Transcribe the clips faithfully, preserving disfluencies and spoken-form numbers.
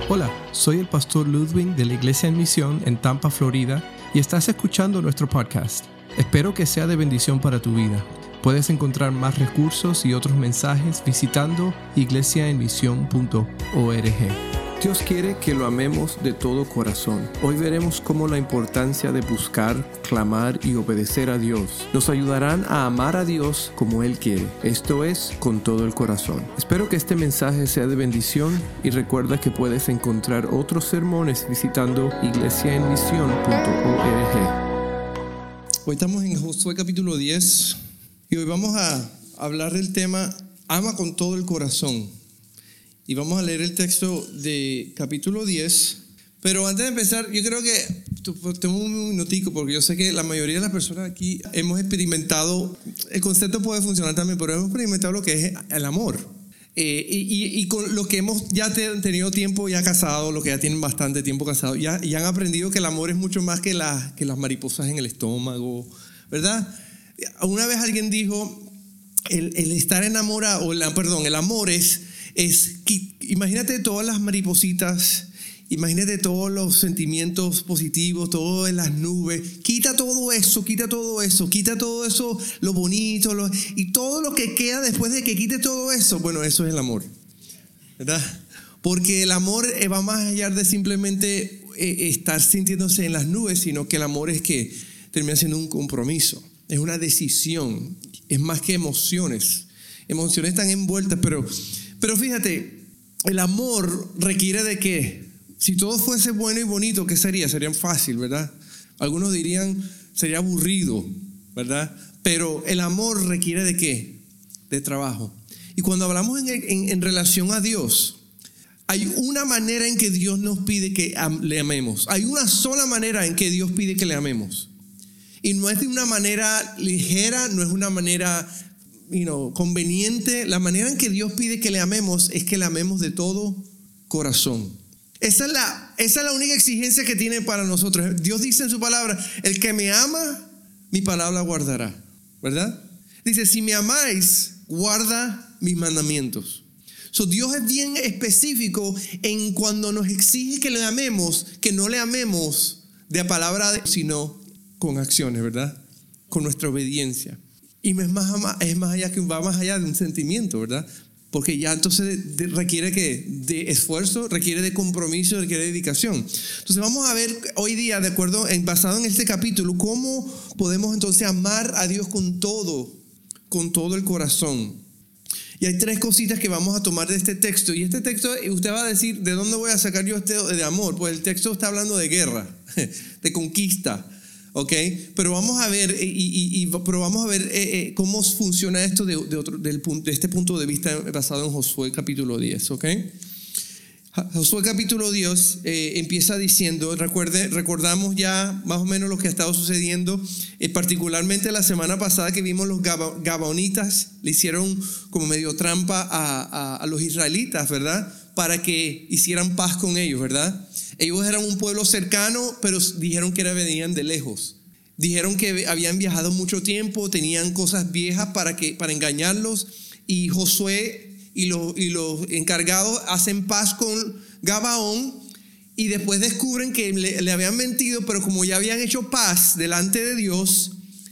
Hola, soy el pastor Ludwig de la Iglesia en Misión en Tampa, Florida, y estás escuchando nuestro podcast. Espero que sea de bendición para tu vida. Puedes encontrar más recursos y otros mensajes visitando iglesia en misión punto org. Dios quiere que lo amemos de todo corazón. Hoy veremos cómo la importancia de buscar, clamar y obedecer a Dios nos ayudarán a amar a Dios como Él quiere. Esto es, con todo el corazón. Espero que este mensaje sea de bendición y recuerda que puedes encontrar otros sermones visitando iglesia en misión punto org. Hoy estamos en Josué capítulo diez y hoy vamos a hablar del tema Ama con todo el corazón. Y vamos a leer el texto de capítulo diez. Pero antes de empezar, yo creo que tengo un minutico, porque yo sé que la mayoría de las personas aquí hemos experimentado, el concepto puede funcionar también, pero hemos experimentado lo que es el amor. Eh, y, y, y con los que hemos ya tenido tiempo ya casados, los que ya tienen bastante tiempo casados, ya, ya han aprendido que el amor es mucho más que, la, que las mariposas en el estómago, ¿verdad? Una vez alguien dijo, el, el estar enamorado, o la, perdón, el amor es... Es, imagínate todas las maripositas, imagínate todos los sentimientos positivos, todo en las nubes. Quita todo eso, quita todo eso, quita todo eso, lo bonito, lo, y todo lo que queda después de que quite todo eso, bueno, eso es el amor, ¿verdad? Porque el amor va más allá de simplemente eh, estar sintiéndose en las nubes, sino que el amor es que termina siendo un compromiso, es una decisión, es más que emociones. Emociones están envueltas, pero... Pero fíjate, el amor requiere de qué. Si todo fuese bueno y bonito, ¿qué sería? Sería fácil, ¿verdad? Algunos dirían, sería aburrido, ¿verdad? Pero el amor requiere de qué? De trabajo. Y cuando hablamos en, en, en relación a Dios, hay una manera en que Dios nos pide que am, le amemos. Hay una sola manera en que Dios pide que le amemos. Y no es de una manera ligera, no es una manera... You know, conveniente. La manera en que Dios pide que le amemos es que le amemos de todo corazón. Esa es la, esa es la única exigencia que tiene para nosotros. Dios dice en su palabra, el que me ama, mi palabra guardará, ¿verdad? Dice, si me amáis, guarda mis mandamientos. So, Dios es bien específico en cuando nos exige que le amemos, que no le amemos de palabra, sino con acciones, ¿verdad? Con nuestra obediencia. Y es más, es más allá que va más allá de un sentimiento, ¿verdad? Porque ya entonces de, de, requiere que de esfuerzo, requiere de compromiso, requiere de dedicación. Entonces vamos a ver hoy día, de acuerdo, en, basado en este capítulo, cómo podemos entonces amar a Dios con todo, con todo el corazón. Y hay tres cositas que vamos a tomar de este texto. Y este texto, usted va a decir, ¿de dónde voy a sacar yo este de amor? Pues el texto está hablando de guerra, de conquista. ¿Ok? Pero vamos a ver, y, y, y, pero vamos a ver eh, eh, cómo funciona esto de, de, otro, del punto, de este punto de vista basado en Josué capítulo diez. ¿Ok? Josué capítulo diez eh, empieza diciendo, recuerde, recordamos ya más o menos lo que ha estado sucediendo, eh, particularmente la semana pasada que vimos los Gaba, Gabaonitas, le hicieron como medio trampa a, a, a los israelitas, ¿verdad? Para que hicieran paz con ellos, ¿verdad? Ellos eran un pueblo cercano, pero dijeron que venían de lejos. Dijeron que habían viajado mucho tiempo, tenían cosas viejas para, que, para engañarlos. Y Josué y los, y los encargados hacen paz con Gabaón. Y después descubren que le, le habían mentido, pero como ya habían hecho paz delante de Dios,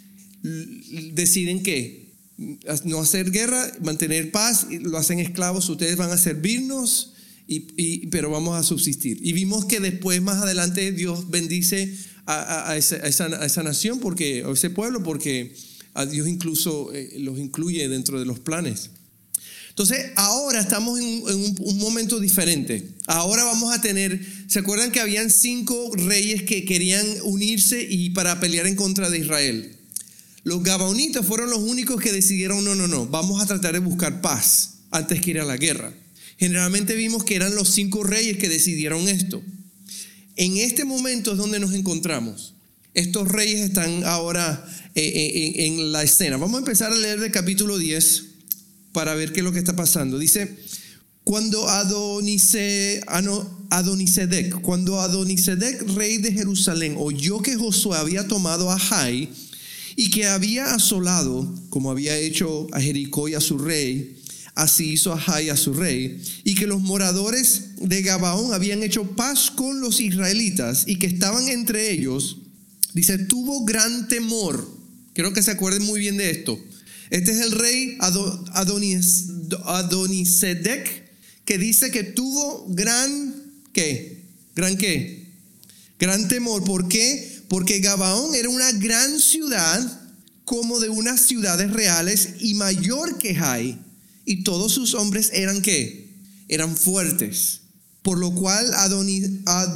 deciden que no hacer guerra, mantener paz, lo hacen esclavos, ustedes van a servirnos. Y, y, pero vamos a subsistir. Y vimos que después, más adelante, Dios bendice a, a, a, esa, a, esa, a esa nación, porque, a ese pueblo, porque a Dios incluso eh, los incluye dentro de los planes. Entonces, ahora estamos en, un, en un, un momento diferente. Ahora vamos a tener, ¿se acuerdan que habían cinco reyes que querían unirse y para pelear en contra de Israel? Los Gabaonitas fueron los únicos que decidieron, no, no, no, vamos a tratar de buscar paz antes que ir a la guerra. Generalmente vimos que eran los cinco reyes que decidieron esto. En este momento es donde nos encontramos. Estos reyes están ahora eh, en, en la escena. Vamos a empezar a leer del capítulo diez para ver qué es lo que está pasando. Dice, cuando Adonise, Adonisedec, cuando Adonisedec, rey de Jerusalén, oyó que Josué había tomado a Jai y que había asolado, como había hecho a Jericó y a su rey, Así hizo Ahai a su rey, y que los moradores de Gabaón habían hecho paz con los israelitas y que estaban entre ellos. Dice, tuvo gran temor. Quiero que se acuerden muy bien de esto. Este es el rey Adonis, Adonisedec, que dice que tuvo gran, ¿qué? ¿Gran qué? Gran temor. ¿Por qué? Porque Gabaón era una gran ciudad, como de unas ciudades reales, y mayor que Hai. Y todos sus hombres eran ¿qué? Eran fuertes. Por lo cual Adonis,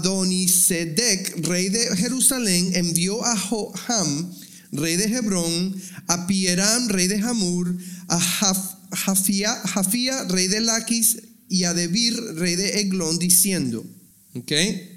Adonisedec, rey de Jerusalén, envió a Joram, rey de Hebrón, a Pieram, rey de Hamur, a Jafía, Jafía, rey de Laquis, y a Debir, rey de Eglón, diciendo, ¿ok?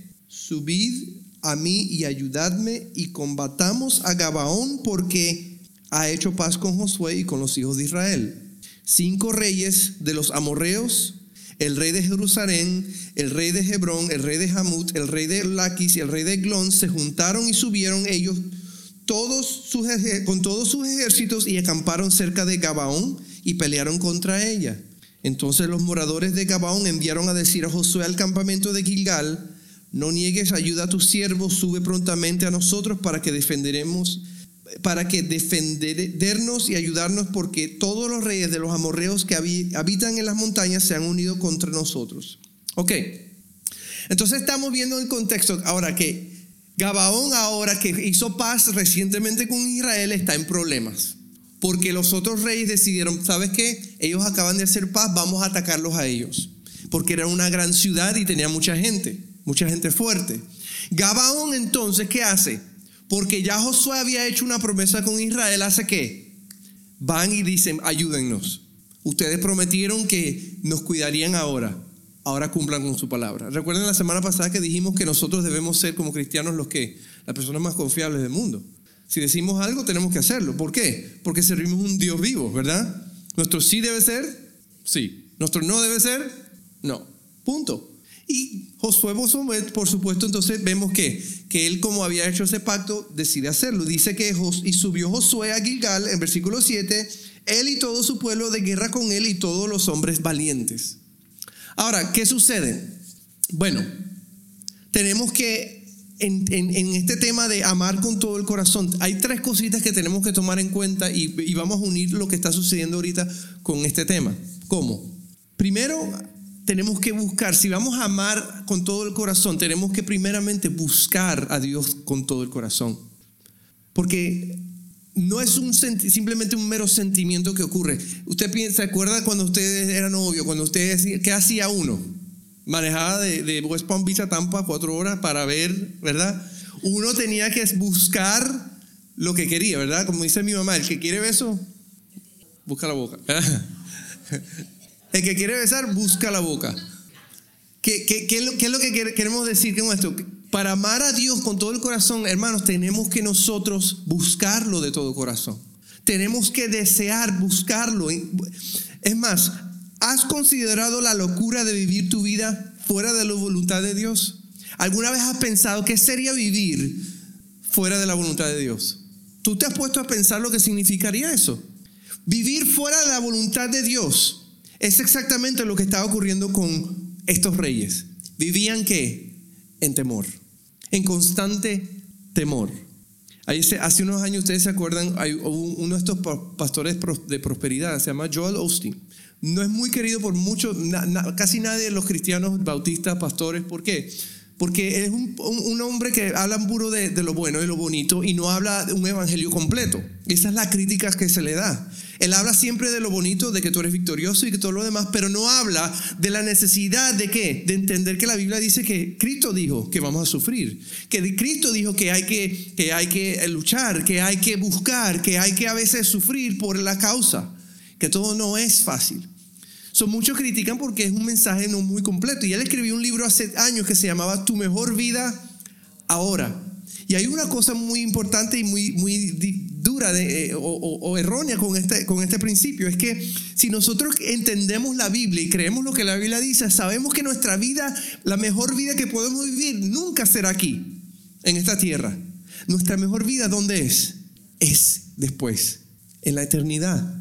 Subid a mí y ayudadme y combatamos a Gabaón, porque ha hecho paz con Josué y con los hijos de Israel. Cinco reyes de los amorreos, el rey de Jerusalén, el rey de Hebrón, el rey de Hamut, el rey de Laquis y el rey de Eglón se juntaron y subieron ellos todos sus, con todos sus ejércitos y acamparon cerca de Gabaón y pelearon contra ella. Entonces los moradores de Gabaón enviaron a decir a Josué al campamento de Gilgal, no niegues ayuda a tus siervos, sube prontamente a nosotros para que defenderemos para que defendernos y ayudarnos, porque todos los reyes de los amorreos que habitan en las montañas se han unido contra nosotros. Ok, entonces estamos viendo el contexto ahora que Gabaón, ahora que hizo paz recientemente con Israel, está en problemas, porque los otros reyes decidieron, ¿sabes qué? Ellos acaban de hacer paz, vamos a atacarlos a ellos, porque era una gran ciudad y tenía mucha gente, mucha gente fuerte. Gabaón entonces, ¿qué hace? Porque ya Josué había hecho una promesa con Israel, ¿hace qué? Van y dicen, ayúdennos. Ustedes prometieron que nos cuidarían ahora. Ahora cumplan con su palabra. Recuerden la semana pasada que dijimos que nosotros debemos ser como cristianos los que, las personas más confiables del mundo. Si decimos algo, tenemos que hacerlo. ¿Por qué? Porque servimos un Dios vivo, ¿verdad? Nuestro sí debe ser, sí. Nuestro no debe ser, no. Punto. Y Josué, por supuesto, entonces vemos que, que él, como había hecho ese pacto, decide hacerlo. Dice que y subió Josué a Gilgal, en versículo siete, él y todo su pueblo de guerra con él y todos los hombres valientes. Ahora, ¿qué sucede? Bueno, tenemos que, en, en, en este tema de amar con todo el corazón, hay tres cositas que tenemos que tomar en cuenta y, y vamos a unir lo que está sucediendo ahorita con este tema. ¿Cómo? Primero, tenemos que buscar, si vamos a amar con todo el corazón, tenemos que primeramente buscar a Dios con todo el corazón. Porque no es un simplemente un mero sentimiento que ocurre. Usted piensa, ¿se acuerda cuando usted era novio? Cuando usted, ¿qué hacía uno? Manejaba de, de West Palm Beach a Tampa cuatro horas para ver, ¿verdad? Uno tenía que buscar lo que quería, ¿verdad? Como dice mi mamá, el que quiere beso, busca la boca. El que quiere besar, busca la boca. ¿Qué, qué, qué, es lo, qué es lo que queremos decir con esto? Para amar a Dios con todo el corazón, hermanos, tenemos que nosotros buscarlo de todo corazón. Tenemos que desear buscarlo. Es más, ¿has considerado la locura de vivir tu vida fuera de la voluntad de Dios? ¿Alguna vez has pensado qué sería vivir fuera de la voluntad de Dios? ¿Tú te has puesto a pensar lo que significaría eso? Vivir fuera de la voluntad de Dios es exactamente lo que estaba ocurriendo con estos reyes. Vivían ¿qué? En temor, en constante temor. Hace unos años, ustedes se acuerdan, hay uno de estos pastores de prosperidad, se llama Joel Osteen. No es muy querido por muchos, na, na, casi nadie de los cristianos bautistas, pastores. ¿Por qué? Porque es un, un, un hombre que habla puro de, de lo bueno y lo bonito y no habla de un evangelio completo. Esa es la crítica que se le da. Él habla siempre de lo bonito, de que tú eres victorioso y que todo lo demás, pero no habla de la necesidad de ¿qué? De entender que la Biblia dice que Cristo dijo que vamos a sufrir, que Cristo dijo que hay que, que hay que luchar, que hay que buscar, que hay que a veces sufrir por la causa, que todo no es fácil. So, muchos critican porque es un mensaje no muy completo. Y él escribió un libro hace años que se llamaba Tu mejor vida ahora. Y hay una cosa muy importante y muy, muy dura de, eh, o, o, o errónea con este, con este principio. Es que si nosotros entendemos la Biblia y creemos lo que la Biblia dice, sabemos que nuestra vida, la mejor vida que podemos vivir, nunca será aquí, en esta tierra. Nuestra mejor vida, ¿dónde es? Es después, en la eternidad.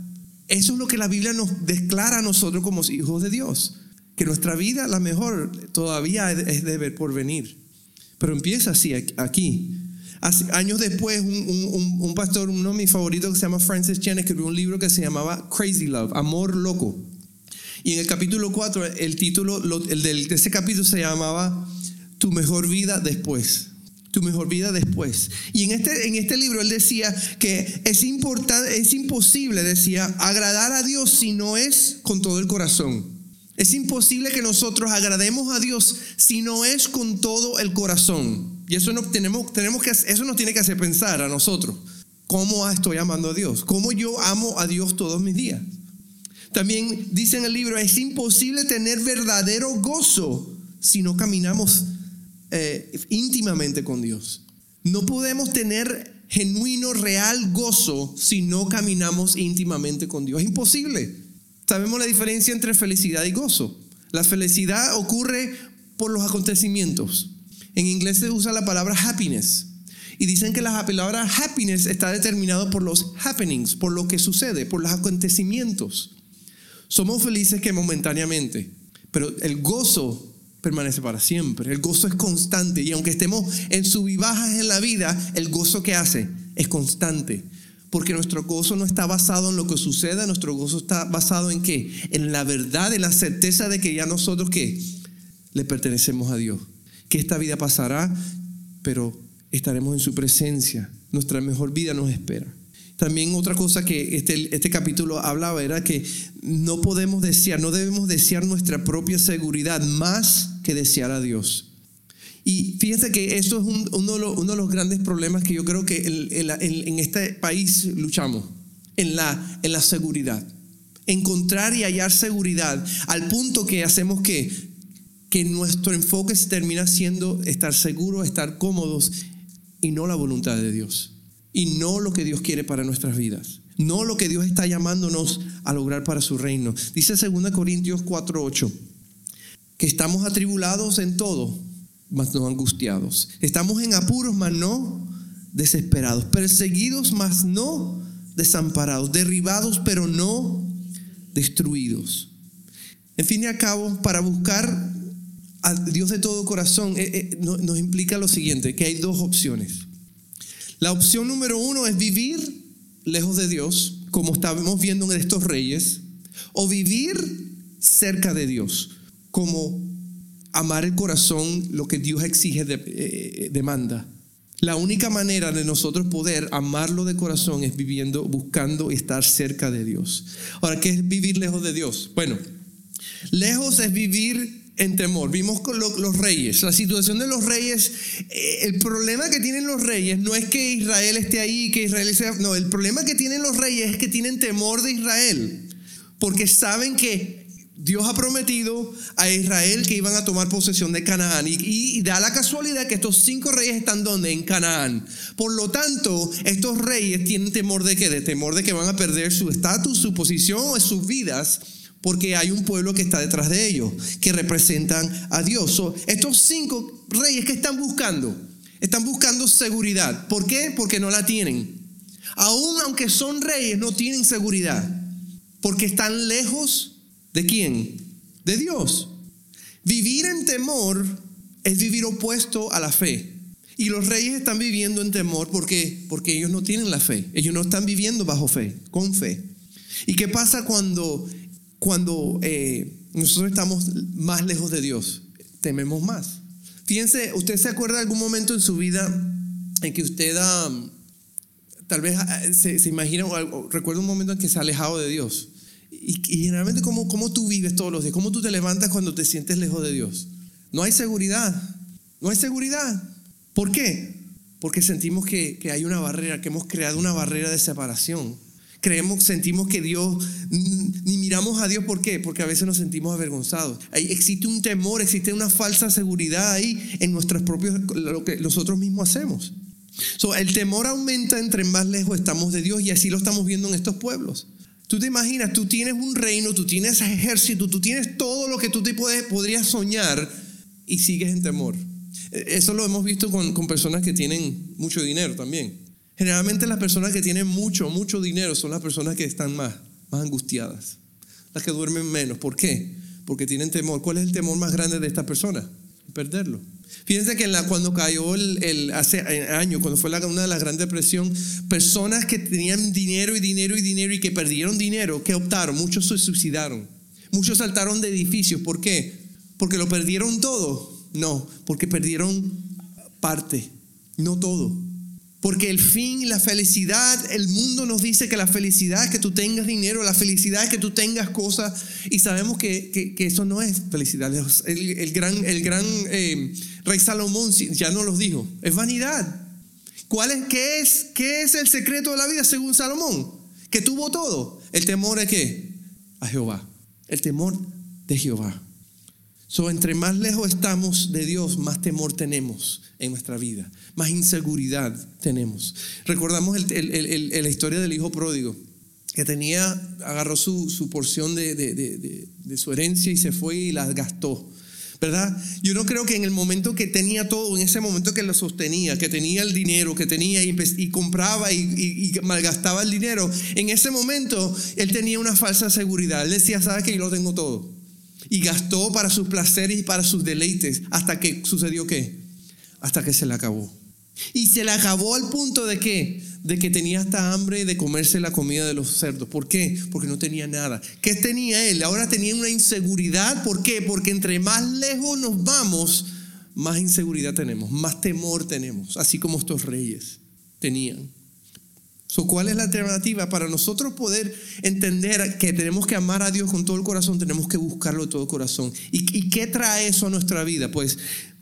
Eso es lo que la Biblia nos declara a nosotros como hijos de Dios. Que nuestra vida, la mejor, todavía es de ver por venir. Pero empieza así, aquí. Hace, años después, un, un, un pastor, uno de mis favoritos, que se llama Francis Chan, escribió un libro que se llamaba Crazy Love, Amor Loco. Y en el capítulo cuatro, el título lo, el de ese capítulo se llamaba Tu mejor vida después. Tu mejor vida después. Y en este, en este libro él decía que es importante, es imposible, decía, agradar a Dios si no es con todo el corazón. Es imposible que nosotros agrademos a Dios si no es con todo el corazón. Y eso, no, tenemos, tenemos que, eso nos tiene que hacer pensar a nosotros. ¿Cómo estoy amando a Dios? ¿Cómo yo amo a Dios todos mis días? También dice en el libro, es imposible tener verdadero gozo si no caminamos eh, íntimamente con Dios. No podemos tener genuino, real gozo si no caminamos íntimamente con Dios. Es imposible. Sabemos la diferencia entre felicidad y gozo. La felicidad ocurre por los acontecimientos. En inglés se usa la palabra happiness. Y dicen que la palabra happiness está determinado por los happenings, por lo que sucede, por los acontecimientos. Somos felices que momentáneamente, pero el gozo permanece para siempre. El gozo es constante. Y aunque estemos en sub y bajas en la vida, el gozo que hace es constante. Porque nuestro gozo no está basado en lo que suceda, nuestro gozo está basado en ¿qué? En la verdad, en la certeza de que ya nosotros ¿qué? Le pertenecemos a Dios. Que esta vida pasará, pero estaremos en su presencia. Nuestra mejor vida nos espera. También otra cosa que este, este capítulo hablaba era que no podemos desear, no debemos desear nuestra propia seguridad más que desear a Dios. Y fíjense que eso es un, uno, de los, uno de los grandes problemas que yo creo que el, el, el, en este país luchamos, en la, en la seguridad. Encontrar y hallar seguridad al punto que hacemos que, que nuestro enfoque se termina siendo estar seguros, estar cómodos y no la voluntad de Dios. Y no lo que Dios quiere para nuestras vidas. No lo que Dios está llamándonos a lograr para su reino. Dice segunda Corintios cuatro ocho que estamos atribulados en todo, mas no angustiados. Estamos en apuros, mas no desesperados. Perseguidos, mas no desamparados. Derribados, pero no destruidos. En fin y al cabo, para buscar a Dios de todo corazón eh, eh, nos implica lo siguiente, que hay dos opciones. La opción número uno es vivir lejos de Dios, como estábamos viendo en estos reyes, o vivir cerca de Dios, como amar el corazón, lo que Dios exige, de, eh, demanda. La única manera de nosotros poder amarlo de corazón es viviendo, buscando estar cerca de Dios. Ahora, ¿qué es vivir lejos de Dios? Bueno, lejos es vivir en temor. Vimos con lo, los reyes, la situación de los reyes. Eh, el problema que tienen los reyes no es que Israel esté ahí, que Israel sea, no, el problema que tienen los reyes es que tienen temor de Israel, porque saben que Dios ha prometido a Israel que iban a tomar posesión de Canaán y, y, y da la casualidad que estos cinco reyes están ¿dónde? En Canaán. Por lo tanto, estos reyes tienen temor de qué? De temor de que van a perder su estatus, su posición o sus vidas, porque hay un pueblo que está detrás de ellos, que representan a Dios. So, estos cinco reyes que están buscando, están buscando seguridad. ¿Por qué? Porque no la tienen. Aún aunque son reyes, no tienen seguridad, porque están lejos. ¿De quién? De Dios. Vivir en temor es vivir opuesto a la fe. Y los reyes están viviendo en temor porque, porque ellos no tienen la fe. Ellos no están viviendo bajo fe, con fe. ¿Y qué pasa cuando, cuando eh, nosotros estamos más lejos de Dios? Tememos más. Fíjense, ¿usted se acuerda de algún momento en su vida en que usted um, tal vez se, se imagina o recuerda un momento en que se ha alejado de Dios? Y, y generalmente ¿cómo, ¿cómo tú vives todos los días? ¿Cómo tú te levantas cuando te sientes lejos de Dios? No hay seguridad. No hay seguridad. ¿Por qué? Porque sentimos que, que hay una barrera, que hemos creado una barrera de separación. Creemos, sentimos que Dios, ni miramos a Dios. ¿Por qué? Porque a veces nos sentimos avergonzados. Ahí existe un temor, existe una falsa seguridad ahí en nuestros propios, lo que nosotros mismos hacemos. So, el temor aumenta entre más lejos estamos de Dios, y así lo estamos viendo en estos pueblos. Tú te imaginas, tú tienes un reino, tú tienes ejército, tú tienes todo lo que tú te puedes, podrías soñar, y sigues en temor. Eso lo hemos visto con, con personas que tienen mucho dinero también. Generalmente las personas que tienen mucho, mucho dinero son las personas que están más más angustiadas, las que duermen menos. ¿Por qué? Porque tienen temor. ¿Cuál es el temor más grande de esta persona? Perderlo. Fíjense que en la, cuando cayó el, el hace años, cuando fue la, una de las grandes depresiones, personas que tenían dinero y dinero y dinero y que perdieron dinero, ¿qué optaron? Muchos se suicidaron. Muchos saltaron de edificios. ¿Por qué? ¿Porque lo perdieron todo? No, porque perdieron parte, no todo. Porque el fin, la felicidad, el mundo nos dice que la felicidad es que tú tengas dinero, la felicidad es que tú tengas cosas, y sabemos que, que, que eso no es felicidad. El, el gran, el gran eh, rey Salomón ya nos lo dijo, es vanidad. ¿Cuál es, qué, es, ¿Qué es el secreto de la vida según Salomón? Que tuvo todo. ¿El temor es qué? A Jehová. El temor de Jehová. So, entre más lejos estamos de Dios, más temor tenemos en nuestra vida, más inseguridad tenemos. Recordamos el, el, el, el, la historia del hijo pródigo, que tenía, agarró su, su porción de, de, de, de, de su herencia y se fue y la gastó, ¿verdad? Yo no creo que en el momento que tenía todo, en ese momento que lo sostenía, que tenía el dinero, que tenía y, y compraba y, y, y malgastaba el dinero, en ese momento él tenía una falsa seguridad. Él decía, ¿sabes que yo lo tengo todo? Y gastó para sus placeres y para sus deleites, hasta que sucedió ¿qué? Hasta que se le acabó. Y se le acabó al punto de ¿qué? De que tenía hasta hambre de comerse la comida de los cerdos. ¿Por qué? Porque no tenía nada. ¿Qué tenía él? Ahora tenía una inseguridad. ¿Por qué? Porque entre más lejos nos vamos, más inseguridad tenemos, más temor tenemos, así como estos reyes tenían. So, ¿cuál es la alternativa? Para nosotros poder entender que tenemos que amar a Dios con todo el corazón, tenemos que buscarlo de todo el corazón. ¿Y, y qué trae eso a nuestra vida? Pues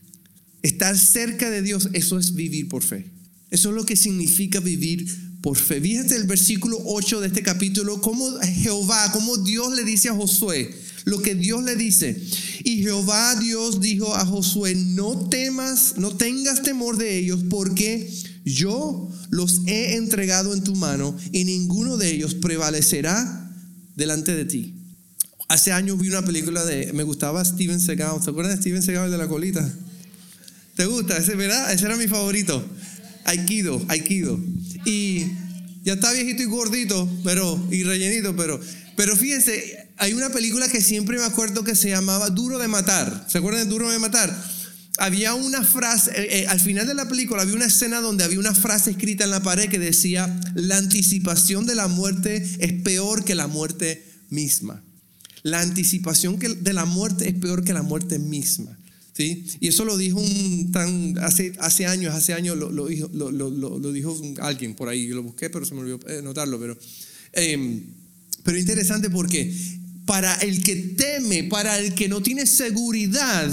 estar cerca de Dios, eso es vivir por fe. Eso es lo que significa vivir por fe. Fíjate el versículo ocho de este capítulo, cómo Jehová, cómo Dios le dice a Josué, lo que Dios le dice. Y Jehová Dios dijo a Josué, no temas, no tengas temor de ellos, porque yo los he entregado en tu mano y ninguno de ellos prevalecerá delante de ti. Hace años vi una película de, me gustaba Steven Seagal. ¿Se acuerdan de Steven Seagal de la colita? ¿Te gusta? Ese, ¿verdad? Ese era mi favorito. Aikido, Aikido. Y ya está viejito y gordito, pero, y rellenito, pero, pero fíjense, hay una película que siempre me acuerdo que se llamaba Duro de Matar. ¿Se acuerdan de Duro de Matar? Había una frase, eh, eh, al final de la película había una escena donde había una frase escrita en la pared que decía, la anticipación de la muerte es peor que la muerte misma. La anticipación de la muerte es peor que la muerte misma. ¿Sí? Y eso lo dijo un tan, hace, hace años, hace años lo, lo, dijo, lo, lo, lo, lo dijo alguien por ahí, yo lo busqué pero se me olvidó notarlo, pero, eh, pero interesante porque para el que teme, para el que no tiene seguridad,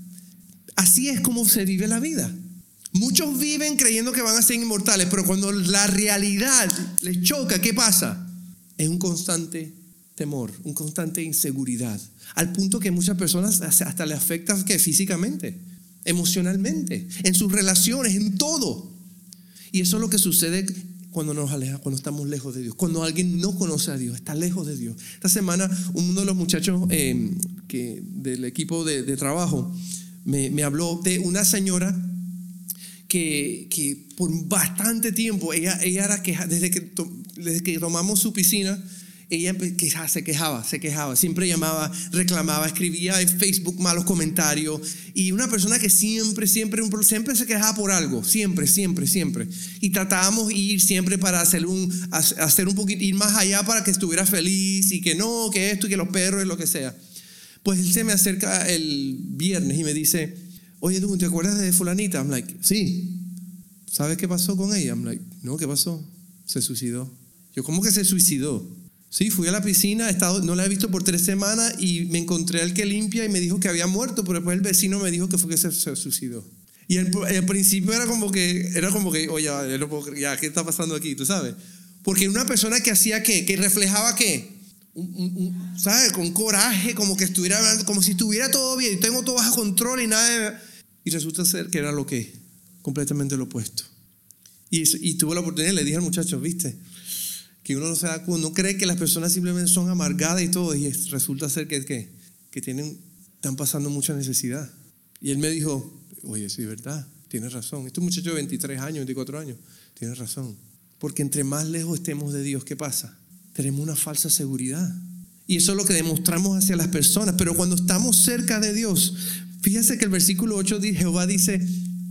así es como se vive la vida. Muchos viven creyendo que van a ser inmortales, pero cuando la realidad les choca, ¿qué pasa? Es un constante temor, una constante inseguridad, al punto que muchas personas hasta le afecta que físicamente, emocionalmente, en sus relaciones, en todo. Y eso es lo que sucede cuando nos aleja, cuando estamos lejos de Dios, cuando alguien no conoce a Dios, está lejos de Dios. Esta semana uno de los muchachos eh, que, del equipo de, de trabajo me, me habló de una señora que, que por bastante tiempo, ella, ella era queja, desde que, to, desde que tomamos su piscina, ella se quejaba, se quejaba, siempre llamaba, reclamaba, escribía en Facebook malos comentarios, y una persona que siempre, siempre, siempre se quejaba por algo, siempre, siempre, siempre, y tratábamos de ir siempre para hacer un, hacer un poquito, ir más allá para que estuviera feliz, y que no, que esto, y que los perros, y lo que sea. Pues él se me acerca el viernes y me dice, oye, ¿tú te acuerdas de fulanita? I'm like, sí. ¿Sabes qué pasó con ella? I'm like, no, ¿qué pasó? Se suicidó. Yo, ¿cómo que se suicidó? Sí, fui a la piscina, he estado, no la he visto por tres semanas y me encontré al que limpia y me dijo que había muerto, pero después el vecino me dijo que fue que se, se suicidó. Y al, al principio era como que, era como que, oye, ya, no puedo, ya, ¿qué está pasando aquí? ¿Tú sabes? Porque una persona que hacía qué, que reflejaba qué, un, un, un, ¿sabes? Con coraje, como que estuviera, como si estuviera todo bien, y tengo todo bajo control y nada, de, y resulta ser que era lo que, completamente lo opuesto. Y, y tuve la oportunidad, le dije al muchacho, ¿viste? Que uno no se da cuenta, no cree que las personas simplemente son amargadas y todo, y resulta ser que, que, que tienen, están pasando mucha necesidad. Y él me dijo, oye, sí, verdad, tienes razón. Este muchacho de veintitrés años, veinticuatro años, tienes razón. Porque entre más lejos estemos de Dios, ¿qué pasa? tenemos una falsa seguridad. Y eso es lo que demostramos hacia las personas. Pero cuando estamos cerca de Dios, fíjense que el versículo ocho de Jehová dice,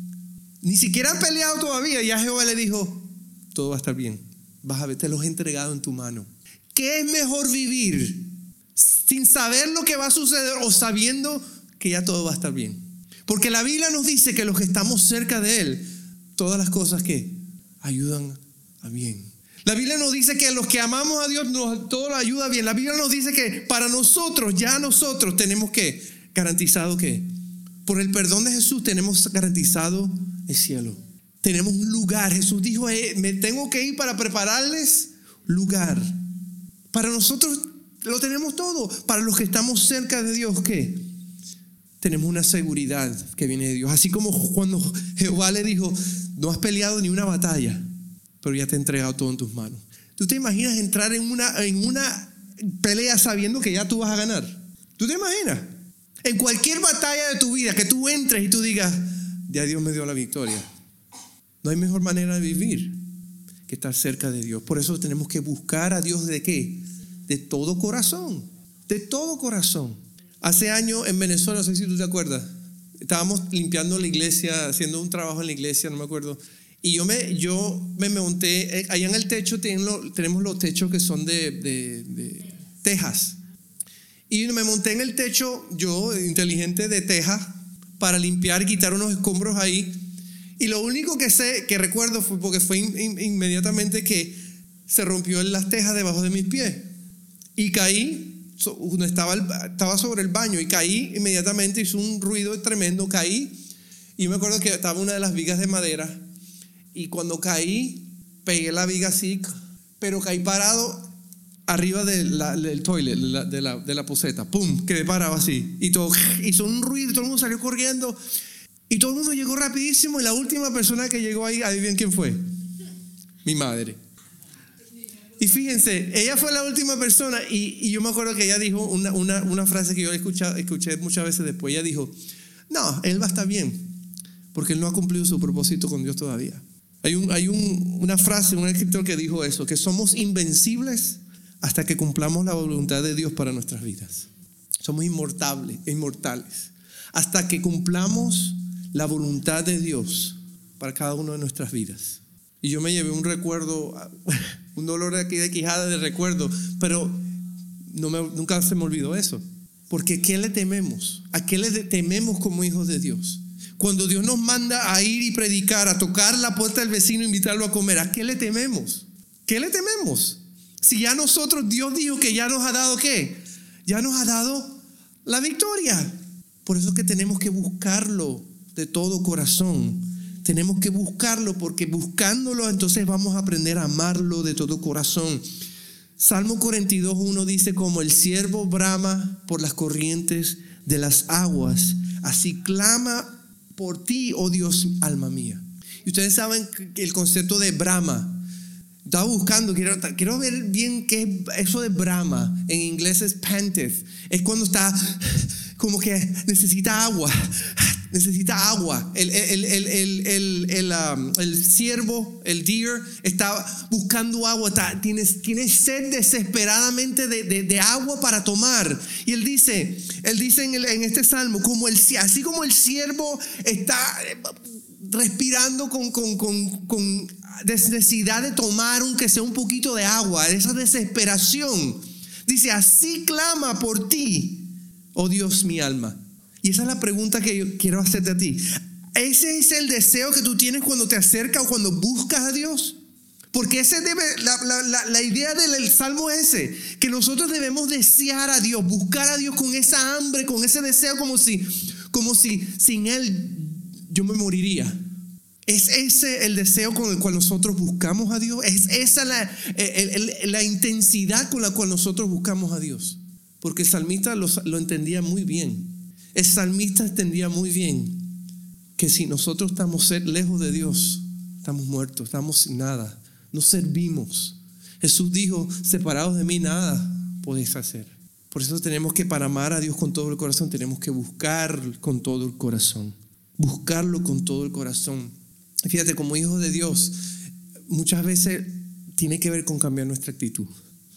ni siquiera han peleado todavía. Ya Jehová le dijo, todo va a estar bien. Vas a ver, te los he entregado en tu mano. ¿Qué es mejor vivir sin saber lo que va a suceder o sabiendo que ya todo va a estar bien? Porque la Biblia nos dice que los que estamos cerca de Él, todas las cosas que ayudan a bien. La Biblia nos dice que los que amamos a Dios, nos, todo lo ayuda bien. La Biblia nos dice que para nosotros, ya nosotros tenemos que garantizado que por el perdón de Jesús tenemos garantizado el cielo. Tenemos un lugar. Jesús dijo, eh, me tengo que ir para prepararles lugar. Para nosotros lo tenemos todo. Para los que estamos cerca de Dios, ¿qué? Tenemos una seguridad que viene de Dios. Así como cuando Jehová le dijo, no has peleado ni una batalla, pero ya te he entregado todo en tus manos. ¿Tú te imaginas entrar en una, en una pelea sabiendo que ya tú vas a ganar? ¿Tú te imaginas? En cualquier batalla de tu vida, que tú entres y tú digas, ya Dios me dio la victoria. No hay mejor manera de vivir que estar cerca de Dios. Por eso tenemos que buscar a Dios ¿de qué? De todo corazón. De todo corazón. Hace años en Venezuela, no sé si tú te acuerdas, estábamos limpiando la iglesia, haciendo un trabajo en la iglesia, no me acuerdo. Y yo me, yo me monté, allá en el techo tenemos, tenemos los techos que son de, de, de tejas. Y me monté en el techo, yo, inteligente, de teja, para limpiar y quitar unos escombros ahí. Y lo único que sé, que recuerdo, fue porque fue in, in, inmediatamente que se rompió las tejas debajo de mis pies. Y caí, so, estaba, estaba sobre el baño, y caí inmediatamente, hizo un ruido tremendo, caí. Y me acuerdo que estaba una de las vigas de madera. Y cuando caí, pegué la viga así, pero caí parado arriba de la, del toilet, de la, de, la, de la poseta. ¡Pum! Quedé parado así. Y todo, hizo un ruido, todo el mundo salió corriendo. Y todo el mundo llegó rapidísimo. Y la última persona que llegó ahí, ¿adivinen quién fue? Mi madre. Y fíjense, ella fue la última persona. Y, y yo me acuerdo que ella dijo una, una, una frase que yo escuché, escuché muchas veces después. Ella dijo, no, él va a estar bien, porque él no ha cumplido su propósito con Dios todavía. Hay, un, hay un, una frase, un escritor que dijo eso, que somos invencibles hasta que cumplamos la voluntad de Dios para nuestras vidas. Somos inmortales, inmortales hasta que cumplamos la voluntad de Dios para cada una de nuestras vidas. Y yo me llevé un recuerdo, un dolor de aquí de quijada de recuerdo, pero no me, nunca se me olvidó eso. Porque ¿qué le tememos? ¿A qué le tememos como hijos de Dios? Cuando Dios nos manda a ir y predicar, a tocar la puerta del vecino e invitarlo a comer, ¿a qué le tememos? ¿Qué le tememos? Si ya nosotros, Dios dijo que ya nos ha dado ¿qué? Ya nos ha dado la victoria. Por eso es que tenemos que buscarlo de todo corazón. Tenemos que buscarlo, porque buscándolo entonces vamos a aprender a amarlo de todo corazón. Salmo cuarenta y dos, uno dice, como el ciervo brama por las corrientes de las aguas, así clama por ti, oh Dios, alma mía. Y ustedes saben que el concepto de brama, estaba buscando, quiero, quiero ver bien qué es eso de brama. En inglés es panteth. Es cuando está como que necesita agua. Necesita agua. El, el, el, el, el, el, um, el ciervo, el deer, está buscando agua. Está, tiene, tiene sed desesperadamente de, de, de agua para tomar. Y él dice, él dice en, el, en este salmo, como el, así como el ciervo está respirando con, con, con, con necesidad de tomar aunque sea un poquito de agua, esa desesperación, dice, así clama por ti, oh Dios, mi alma. Y esa es la pregunta que yo quiero hacerte a ti. ¿Ese es el deseo que tú tienes cuando te acercas o cuando buscas a Dios? Porque ese debe, la, la, la, la idea del salmo es ese, que nosotros debemos desear a Dios, buscar a Dios con esa hambre, con ese deseo, como si, como si sin Él yo me moriría. ¿Es ese el deseo con el cual nosotros buscamos a Dios? ¿Es esa la, el, el, la intensidad con la cual nosotros buscamos a Dios? Porque el salmista lo, lo entendía muy bien. El salmista entendía muy bien que si nosotros estamos lejos de Dios, estamos muertos, estamos sin nada, no servimos. Jesús dijo, separados de mí nada podéis hacer. Por eso tenemos que, para amar a Dios con todo el corazón, tenemos que buscar con todo el corazón. Buscarlo con todo el corazón. Fíjate, como hijos de Dios, muchas veces tiene que ver con cambiar nuestra actitud.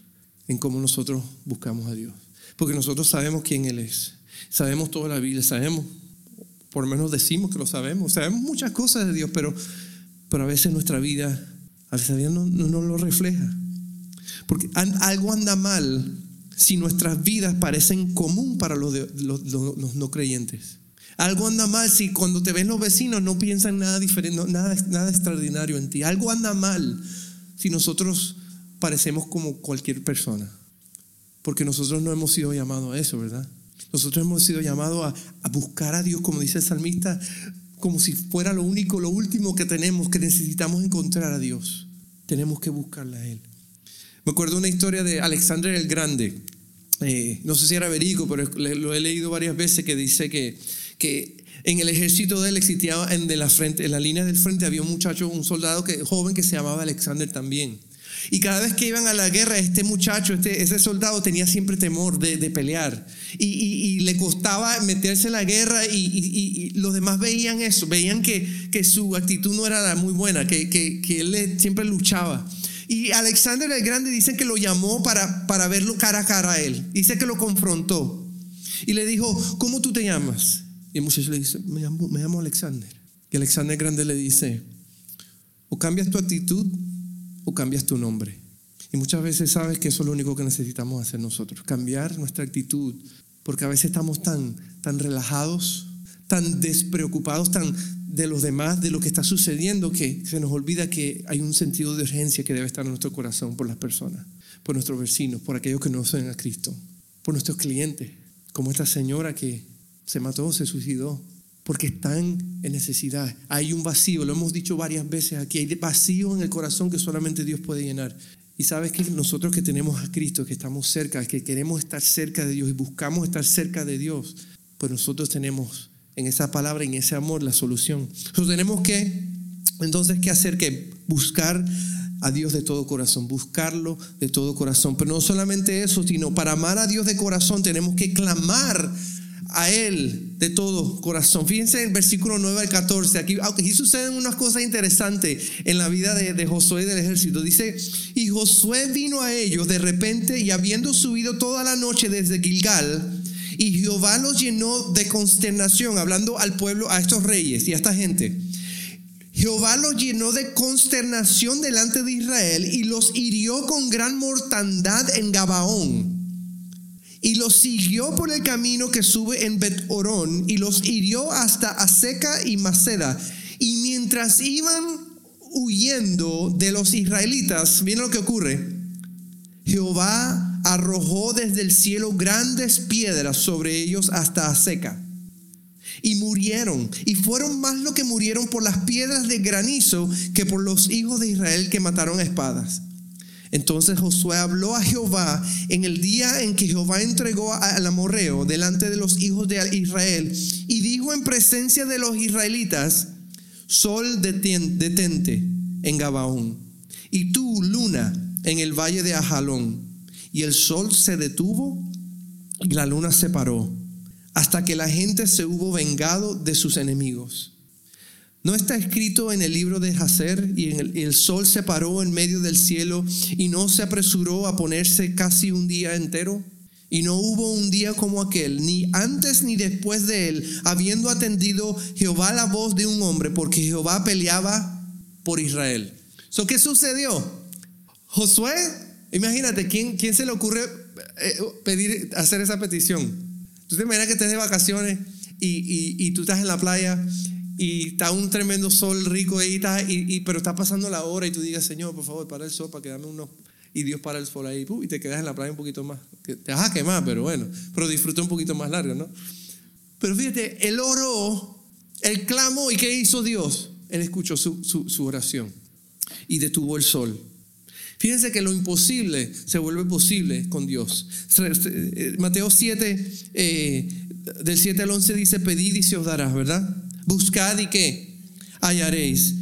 en cómo nosotros buscamos a Dios. Porque nosotros sabemos quién Él es. Sabemos toda la Biblia, sabemos, por lo menos decimos que lo sabemos. Sabemos muchas cosas de Dios, pero, pero a veces nuestra vida, a veces no, no, no lo refleja. Porque algo anda mal si nuestras vidas parecen común para los, de, los, los, los no creyentes. Algo anda mal si cuando te ven los vecinos no piensan nada diferente, no, nada, nada extraordinario en ti. Algo anda mal si nosotros parecemos como cualquier persona. Porque nosotros no hemos sido llamados a eso, ¿verdad? Nosotros hemos sido llamados a, a buscar a Dios, como dice el salmista, como si fuera lo único, lo último que tenemos, que necesitamos encontrar a Dios. Tenemos que buscarle a Él. Me acuerdo una historia de Alexander el Grande. Eh, no sé si era verídico, pero lo he leído varias veces, que dice que, que en el ejército de él existía en, de la frente, en la línea del frente había un muchacho, un soldado que, joven que se llamaba Alexander también. Y cada vez que iban a la guerra, este muchacho, este, ese soldado tenía siempre temor de, de pelear. Y, y, y le costaba meterse en la guerra y, y, y los demás veían eso, veían que, que su actitud no era muy buena, que, que, que él siempre luchaba. Y Alexander el Grande dicen que lo llamó para, para verlo cara a cara a él. Dice que lo confrontó y le dijo, ¿cómo tú te llamas? Y el muchacho le dice, me llamo, me llamo Alexander. Y Alexander el Grande le dice, o cambias tu actitud o cambias tu nombre. Y muchas veces sabes que eso es lo único que necesitamos hacer nosotros, cambiar nuestra actitud, porque a veces estamos tan, tan relajados, tan despreocupados, tan de los demás, de lo que está sucediendo, que se nos olvida que hay un sentido de urgencia que debe estar en nuestro corazón por las personas, por nuestros vecinos, por aquellos que no son a Cristo, por nuestros clientes, como esta señora que se mató, se suicidó, porque están en necesidad. Hay un vacío, lo hemos dicho varias veces aquí, hay vacío en el corazón que solamente Dios puede llenar. Y sabes que nosotros que tenemos a Cristo, que estamos cerca, que queremos estar cerca de Dios y buscamos estar cerca de Dios, pues nosotros tenemos en esa palabra, en ese amor, la solución. Entonces tenemos que, entonces, ¿qué hacer? Que buscar a Dios de todo corazón, buscarlo de todo corazón. Pero no solamente eso, sino para amar a Dios de corazón tenemos que clamar a Él de todo corazón. Fíjense en el versículo nueve al catorce. Aquí, aunque aquí suceden unas cosas interesantes en la vida de, de Josué y del ejército. Dice, y Josué vino a ellos de repente y habiendo subido toda la noche desde Gilgal, y Jehová los llenó de consternación, hablando al pueblo, a estos reyes y a esta gente. Jehová los llenó de consternación delante de Israel y los hirió con gran mortandad en Gabaón. Y los siguió por el camino que sube en Bet-Orón y los hirió hasta Aseca y Maceda. Y mientras iban huyendo de los israelitas, miren lo que ocurre. Jehová arrojó desde el cielo grandes piedras sobre ellos hasta Aseca. Y murieron, y fueron más lo que murieron por las piedras de granizo que por los hijos de Israel que mataron a espadas. Entonces Josué habló a Jehová en el día en que Jehová entregó al amorreo delante de los hijos de Israel, y dijo en presencia de los israelitas: Sol, detente en Gabaón, y tú, luna, en el valle de Ajalón. Y el sol se detuvo y la luna se paró, hasta que la gente se hubo vengado de sus enemigos. ¿No está escrito en el libro de Jacer? Y en el, el sol se paró en medio del cielo y no se apresuró a ponerse casi un día entero. Y no hubo un día como aquel, ni antes ni después de él, habiendo atendido Jehová la voz de un hombre, porque Jehová peleaba por Israel. ¿So qué sucedió? Josué, imagínate, ¿quién, quién se le ocurre pedir, hacer esa petición? Tú te imaginas que estés de vacaciones y, y, y tú estás en la playa y está un tremendo sol rico ahí, está, y, y, pero está pasando la hora y tú digas: Señor, por favor, para el sol para quedarme unos... Y Dios para el sol ahí, y te quedas en la playa un poquito más. Te vas a quemar, pero bueno, pero disfruta un poquito más largo, ¿no? Pero fíjate, él oró, él clamó, ¿y qué hizo Dios? Él escuchó su, su, su oración y detuvo el sol. Fíjense que lo imposible se vuelve posible con Dios. Mateo siete, eh, del siete al once dice: pedid y se os dará, ¿verdad? Buscad y ¿qué? Hallaréis.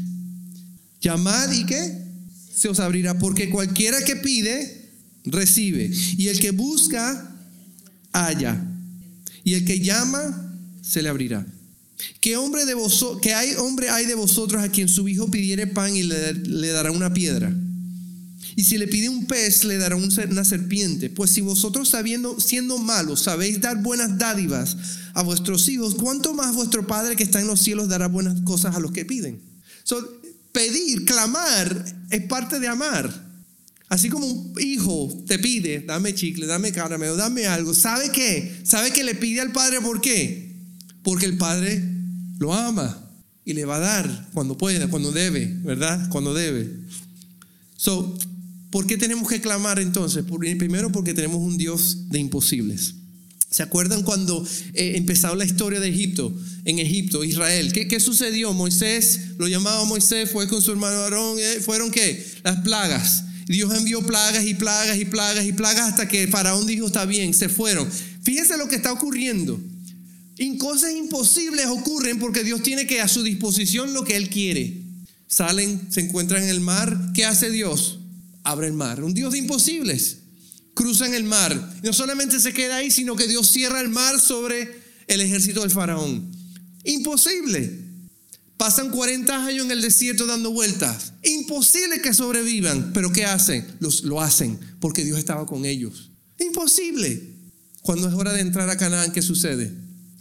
Llamad y ¿qué? Se os abrirá, porque cualquiera que pide, recibe. Y el que busca, halla. Y el que llama, se le abrirá. ¿Qué hombre de vosotros, qué hay hombre hay de vosotros a quien su hijo pidiere pan y le, le dará una piedra? Y si le pide un pez, le dará una serpiente. Pues si vosotros sabiendo, siendo malos, sabéis dar buenas dádivas a vuestros hijos, ¿cuánto más vuestro Padre que está en los cielos dará buenas cosas a los que piden? So, pedir, clamar, es parte de amar. Así como un hijo te pide, dame chicle, dame caramelo, dame algo. ¿Sabe qué? ¿Sabe que le pide al Padre por qué? Porque el Padre lo ama y le va a dar cuando pueda, cuando debe, ¿verdad? Cuando debe. So, ¿por qué tenemos que clamar entonces? Primero porque tenemos un Dios de imposibles. ¿Se acuerdan cuando eh, empezó la historia de Egipto? En Egipto, Israel. ¿Qué, qué sucedió? Moisés, lo llamaba Moisés, fue con su hermano Aarón. Eh, ¿Fueron qué? Las plagas. Dios envió plagas y plagas y plagas y plagas hasta que el faraón dijo, está bien, se fueron. Fíjense lo que está ocurriendo. Y cosas imposibles ocurren porque Dios tiene que a su disposición lo que Él quiere. Salen, se encuentran en el mar. ¿Qué hace Dios? Abre el mar. Un Dios de imposibles. Cruzan el mar. No solamente se queda ahí, sino que Dios cierra el mar sobre el ejército del faraón. Imposible. Pasan cuarenta años en el desierto dando vueltas. Imposible que sobrevivan. ¿Pero qué hacen? Los, lo hacen porque Dios estaba con ellos. Imposible. Cuando es hora de entrar a Canaán, ¿qué sucede?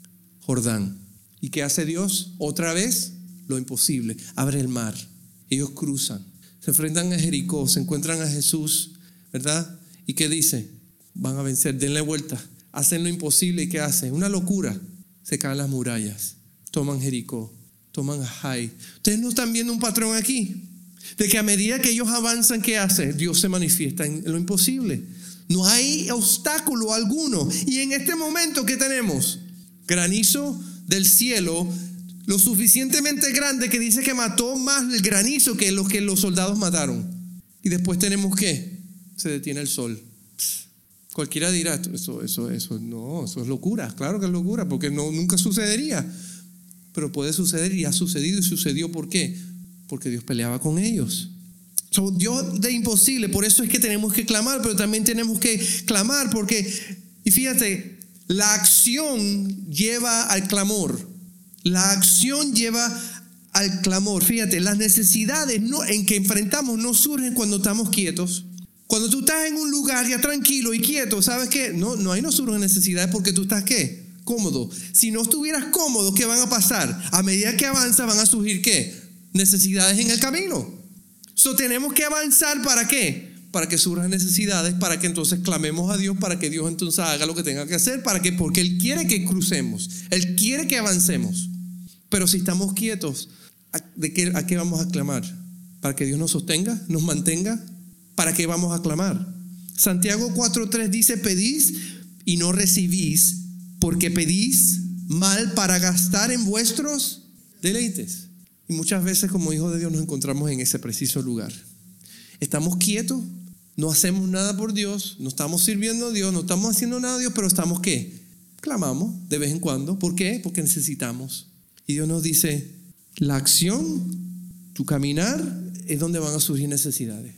Jordán. ¿Y qué hace Dios? Otra vez, lo imposible. Abre el mar. Ellos cruzan. Se enfrentan a Jericó. Se encuentran a Jesús, ¿verdad? ¿Y qué dice? Van a vencer. Denle vuelta. Hacen lo imposible. ¿Y qué hacen? Una locura. Se caen las murallas. Toman Jericó. Toman a Jai. Ustedes no están viendo un patrón aquí. De que a medida que ellos avanzan, ¿qué hace? Dios se manifiesta en lo imposible. No hay obstáculo alguno. Y en este momento, ¿qué tenemos? Granizo del cielo, lo suficientemente grande que dice que mató más el granizo que los que los soldados mataron. Y después tenemos ¿qué? Se detiene el sol. Cualquiera dirá, eso, eso, eso, no, eso es locura. Claro que es locura, porque no, nunca sucedería. Pero puede suceder y ha sucedido y sucedió. ¿Por qué? Porque Dios peleaba con ellos. So, Dios de imposible, por eso es que tenemos que clamar, pero también tenemos que clamar porque, y fíjate, la acción lleva al clamor. La acción lleva al clamor. Fíjate, las necesidades no, en que enfrentamos no surgen cuando estamos quietos. Cuando tú estás en un lugar ya tranquilo y quieto, ¿sabes qué? No, no hay no surgen necesidades porque tú estás ¿qué? Cómodo. Si no estuvieras cómodo, ¿qué van a pasar? A medida que avanza van a surgir ¿qué? Necesidades en el camino. So, tenemos que avanzar ¿para qué? Para que surjan necesidades, para que entonces clamemos a Dios, para que Dios entonces haga lo que tenga que hacer, para que, porque Él quiere que crucemos, Él quiere que avancemos. Pero si estamos quietos, ¿de qué, a qué vamos a clamar? ¿Para que Dios nos sostenga, nos mantenga? ¿Para qué vamos a clamar? Santiago cuatro tres dice, pedís y no recibís, porque pedís mal para gastar en vuestros deleites. Y muchas veces como hijos de Dios nos encontramos en ese preciso lugar. Estamos quietos, no hacemos nada por Dios, no estamos sirviendo a Dios, no estamos haciendo nada a Dios, pero estamos ¿qué? Clamamos de vez en cuando. ¿Por qué? Porque necesitamos. Y Dios nos dice, la acción, tu caminar, es donde van a surgir necesidades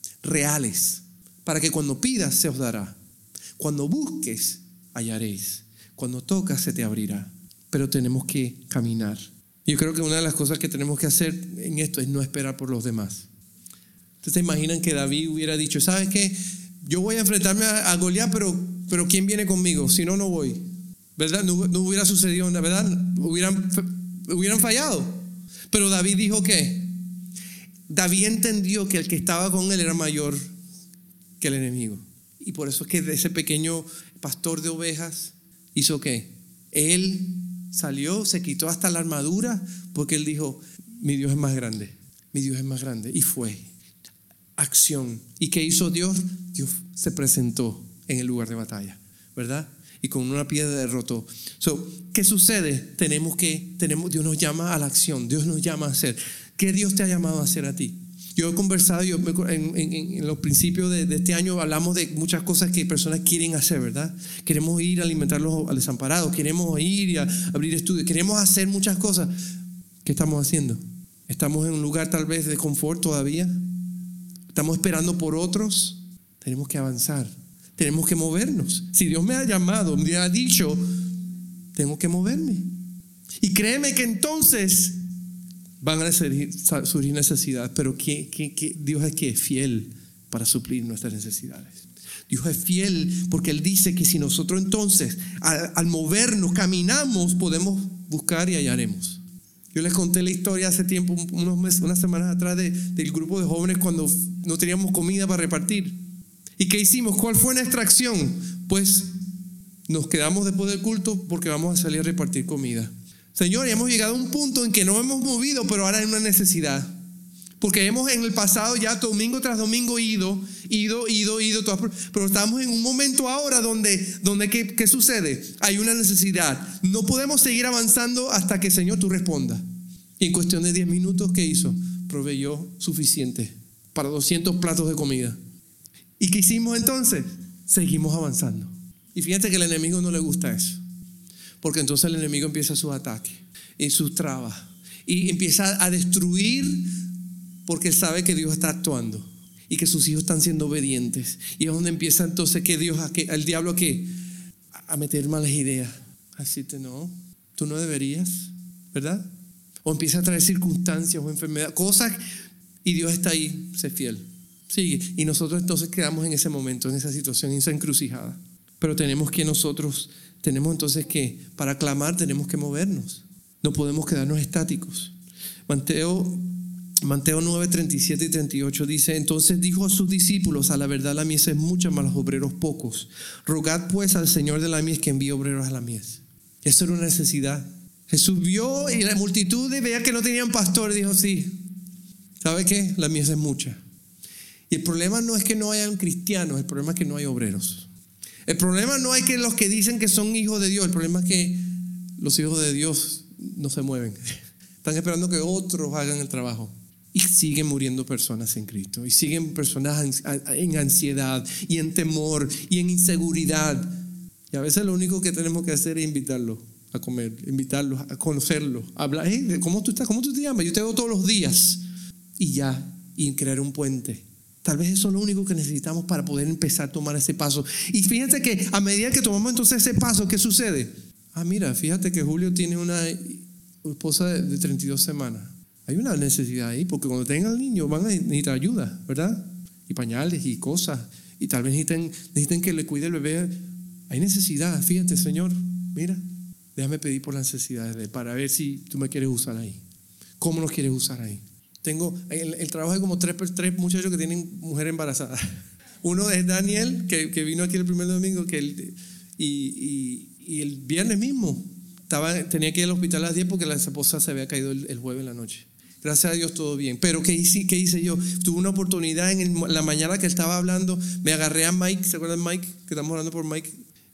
reales, para que cuando pidas se os dará. Cuando busques, hallaréis. Cuando tocas, se te abrirá. Pero tenemos que caminar. Yo creo que una de las cosas que tenemos que hacer en esto es no esperar por los demás. ¿Ustedes se imaginan que David hubiera dicho, ¿sabes qué? Yo voy a enfrentarme a, a Goliat, pero, pero ¿quién viene conmigo? Si no, no voy. ¿Verdad? No, no hubiera sucedido, ¿verdad? Hubieran, hubieran fallado. Pero David dijo ¿qué? David entendió que el que estaba con él era mayor que el enemigo. Y por eso es que ese pequeño pastor de ovejas hizo ¿qué? Él salió, se quitó hasta la armadura, porque él dijo, mi Dios es más grande, mi Dios es más grande. Y fue acción. ¿Y qué hizo Dios? Dios se presentó en el lugar de batalla, ¿verdad? Y con una piedra derrotó. So, ¿qué sucede? Tenemos que, tenemos, Dios nos llama a la acción, Dios nos llama a hacer. ¿Qué Dios te ha llamado a hacer a ti? Yo he conversado, yo en, en, en los principios de, de este año hablamos de muchas cosas que personas quieren hacer, ¿verdad? Queremos ir a alimentar a los desamparados, queremos ir y a abrir estudios, queremos hacer muchas cosas. ¿Qué estamos haciendo? ¿Estamos en un lugar tal vez de confort todavía? ¿Estamos esperando por otros? Tenemos que avanzar, tenemos que movernos. Si Dios me ha llamado, me ha dicho, tengo que moverme. Y créeme que entonces van a surgir necesidades, pero que, que, que Dios es que es fiel para suplir nuestras necesidades. Dios es fiel porque Él dice que si nosotros entonces al, al movernos, caminamos, podemos buscar y hallaremos. Yo les conté la historia hace tiempo, unos meses, unas semanas atrás de, del grupo de jóvenes cuando no teníamos comida para repartir. ¿Y qué hicimos? ¿Cuál fue nuestra acción? Pues nos quedamos después del culto porque vamos a salir a repartir comida. Señor, hemos llegado a un punto en que no hemos movido, pero ahora hay una necesidad. Porque hemos en el pasado ya domingo tras domingo ido, ido, ido, ido, todas, pero estamos en un momento ahora donde, donde ¿qué, ¿qué sucede? Hay una necesidad. No podemos seguir avanzando hasta que, Señor, tú respondas. Y en cuestión de diez minutos, ¿qué hizo? Proveyó suficiente para doscientos platos de comida. ¿Y qué hicimos entonces? Seguimos avanzando. Y fíjate que al enemigo no le gusta eso. Porque entonces el enemigo empieza sus ataques y sus trabas. Y empieza a destruir porque él sabe que Dios está actuando y que sus hijos están siendo obedientes. Y es donde empieza entonces que Dios, a que, el diablo a, que, a meter malas ideas. Así te no, tú no deberías, ¿verdad? O empieza a traer circunstancias o enfermedades, cosas, y Dios está ahí, sé fiel. Sigue. Y nosotros entonces quedamos en ese momento, en esa situación, en esa encrucijada. Pero tenemos que nosotros, tenemos entonces que, para clamar tenemos que movernos. No podemos quedarnos estáticos. Mateo, Mateo nueve, treinta y siete y treinta y ocho dice: entonces dijo a sus discípulos, a la verdad la mies es mucha, mas los obreros pocos. Rogad pues al Señor de la mies que envíe obreros a la mies. Eso era una necesidad. Jesús vio y la multitud veía que no tenían pastor y dijo: sí, ¿sabe qué? La mies es mucha. Y el problema no es que no hayan cristianos, el problema es que no hay obreros. El problema no es que los que dicen que son hijos de Dios, el problema es que los hijos de Dios no se mueven. Están esperando que otros hagan el trabajo. Y siguen muriendo personas en Cristo. Y siguen personas en ansiedad y en temor y en inseguridad. Y a veces lo único que tenemos que hacer es invitarlos a comer, invitarlos a conocerlos, a hablar. Hey, ¿cómo tú estás? ¿Cómo tú te llamas? Yo te veo todos los días. Y ya, y crear un puente. Tal vez eso es lo único que necesitamos para poder empezar a tomar ese paso. Y fíjense que a medida que tomamos entonces ese paso, ¿qué sucede? Ah, mira, fíjate que Julio tiene una esposa de treinta y dos semanas. Hay una necesidad ahí, porque cuando tengan al niño van a necesitar ayuda, ¿verdad? Y pañales y cosas. Y tal vez necesiten, necesiten que le cuide el bebé. Hay necesidad, fíjate, Señor, mira, déjame pedir por las necesidades de él para ver si tú me quieres usar ahí. ¿Cómo nos quieres usar ahí? Tengo, el, el trabajo hay como tres, tres muchachos que tienen mujer embarazada. Uno es Daniel, que, que vino aquí el primer domingo, que él, y, y, y el viernes mismo estaba, tenía que ir al hospital a las diez porque la esposa se había caído el, el jueves en la noche. Gracias a Dios todo bien. Pero ¿qué hice, qué hice yo? Tuve una oportunidad en el, la mañana que él estaba hablando, me agarré a Mike, ¿se acuerdan de Mike? Que estamos orando por Mike.